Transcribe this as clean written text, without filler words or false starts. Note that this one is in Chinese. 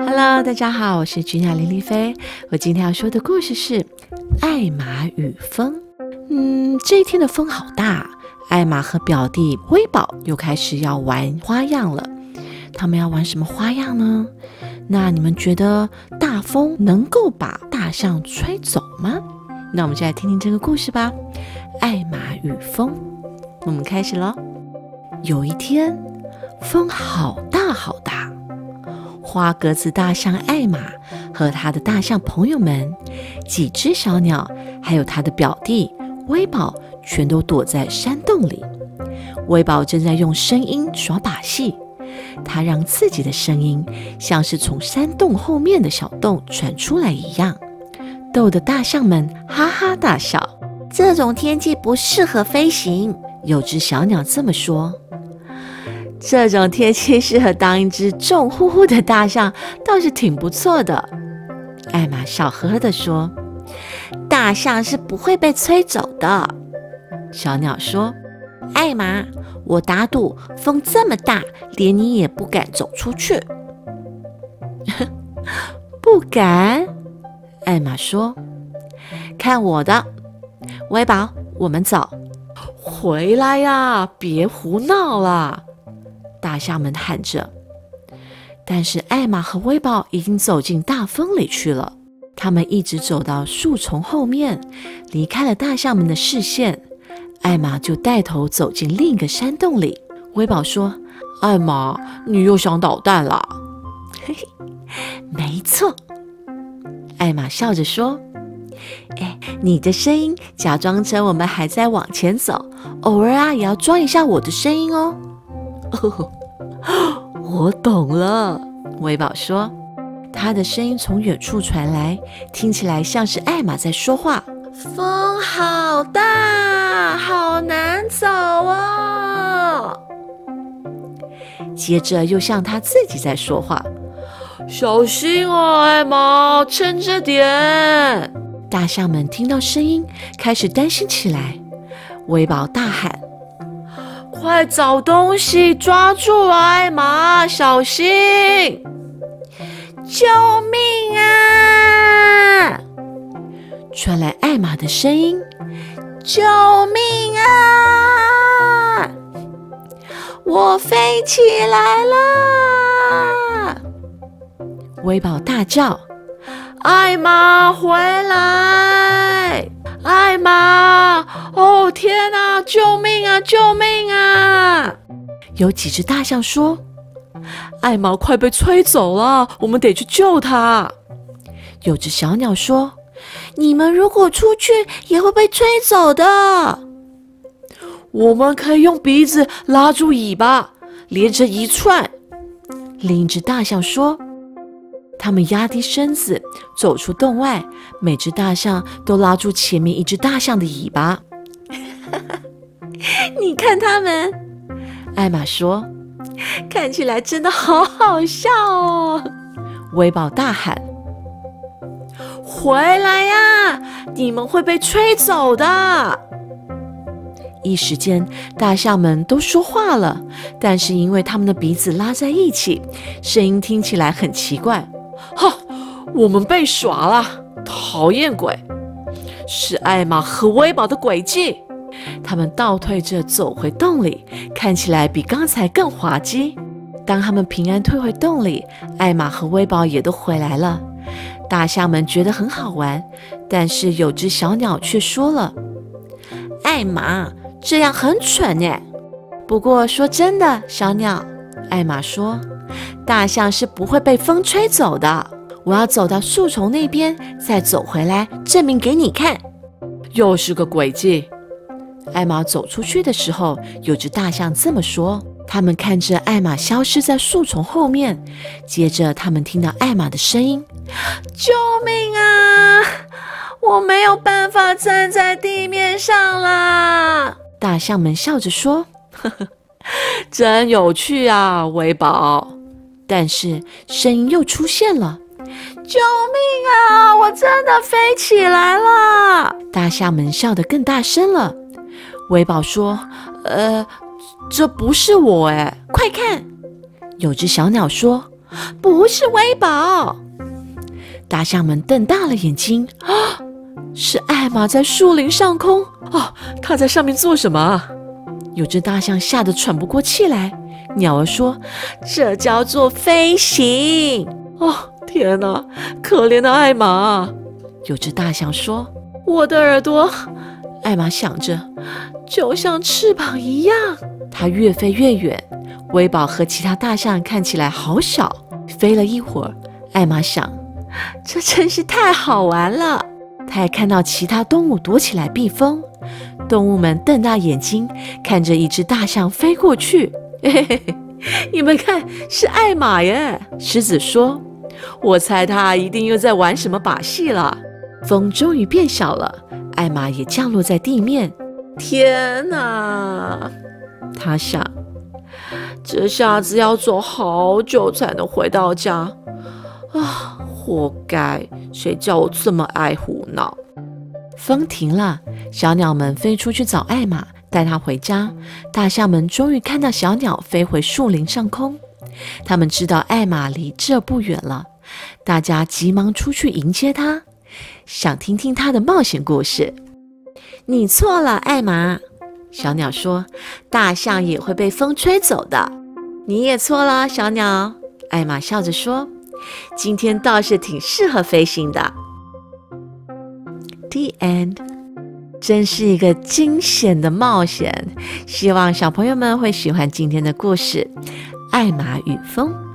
Hello， 大家好，我是君雅林丽菲。我今天要说的故事是《艾玛与风》。这一天的风好大，艾玛和表弟威宝又开始要玩花样了。他们要玩什么花样呢？那你们觉得大风能够把大象吹走吗？那我们就来听听这个故事吧。艾玛与风，我们开始咯。有一天，风好大好大，花格子大象艾玛和他的大象朋友们，几只小鸟，还有他的表弟威宝，全都躲在山洞里。威宝正在用声音耍把戏，他让自己的声音像是从山洞后面的小洞传出来一样，逗得大象们哈哈大笑。这种天气不适合飞行，有只小鸟这么说。这种天气适合当一只重乎乎的大象，倒是挺不错的。艾玛笑呵呵地说：“大象是不会被吹走的。”小鸟说：“艾玛，我打赌风这么大，连你也不敢走出去。”不敢？艾玛说：“看我的，威宝，我们走。”回来呀，别胡闹了！大象们喊着。但是艾玛和威宝已经走进大风里去了。他们一直走到树丛后面，离开了大象们的视线。艾玛就带头走进另一个山洞里。威宝说：“艾玛，你又想捣蛋啦？”没错，艾玛笑着说：“你的声音假装成我们还在往前走，偶尔也要装一下我的声音哦。”我懂了，威宝说。他的声音从远处传来，听起来像是艾玛在说话。风好大，好难走哦。接着又像他自己在说话。小心哦，艾玛，撑着点。大象们听到声音，开始担心起来。威宝大喊：“快找东西抓住艾玛，小心！救命啊！”传来艾玛的声音：“救命啊！我飞起来了！”威宝大叫：“艾玛，回来！艾玛！哦，天哪！救命啊！救命啊！”有几只大象说：“艾玛快被吹走了，我们得去救她。”有只小鸟说：“你们如果出去也会被吹走的。”我们可以用鼻子拉住尾巴，连成一串。另一只大象说。他们压低身子走出洞外，每只大象都拉住前面一只大象的尾巴。你看他们，艾玛说，看起来真的好好笑哦。威宝大喊：“回来呀，你们会被吹走的！”一时间，大象们都说话了，但是因为他们的鼻子拉在一起，声音听起来很奇怪。哈，我们被耍了，讨厌鬼！是艾玛和威宝的诡计。他们倒退着走回洞里，看起来比刚才更滑稽。当他们平安退回洞里，艾玛和威宝也都回来了。大象们觉得很好玩，但是有只小鸟却说了：“艾玛，这样很蠢耶。”不过说真的，小鸟，艾玛说，大象是不会被风吹走的。我要走到树丛那边，再走回来，证明给你看。又是个诡计。艾玛走出去的时候，有只大象这么说。他们看着艾玛消失在树丛后面，接着他们听到艾玛的声音：“救命啊！我没有办法站在地面上啦！”大象们笑着说：“呵呵，真有趣啊，威宝。”但是声音又出现了：“救命啊！我真的飞起来了！”大象们笑得更大声了。威宝说：“这不是我哎，快看！”有只小鸟说：“ 不是威宝！大象们瞪大了眼睛，是艾玛在树林上空。她在上面做什么啊？有只大象吓得喘不过气来。鸟儿说：“这叫做飞行。”天哪，可怜的艾玛！有只大象说：“我的耳朵。”艾玛想着，就像翅膀一样。它越飞越远，威宝和其他大象看起来好小。飞了一会儿，艾玛想，这真是太好玩了。她还看到其他动物躲起来避风，动物们瞪大眼睛看着一只大象飞过去。你们看，是艾玛耶！狮子说：“我猜他一定又在玩什么把戏了。”风终于变小了，艾玛也降落在地面。天哪！他想，这下子要走好久才能回到家活该，谁叫我这么爱胡闹。风停了，小鸟们飞出去找艾玛，带她回家。大象们终于看到小鸟飞回树林上空，他们知道艾玛离这不远了，大家急忙出去迎接她，想听听她的冒险故事。你错了，艾玛，小鸟说，大象也会被风吹走的。你也错了，小鸟，艾玛笑着说，今天倒是挺适合飞行的。The end， 真是一个惊险的冒险，希望小朋友们会喜欢今天的故事《艾玛与风》。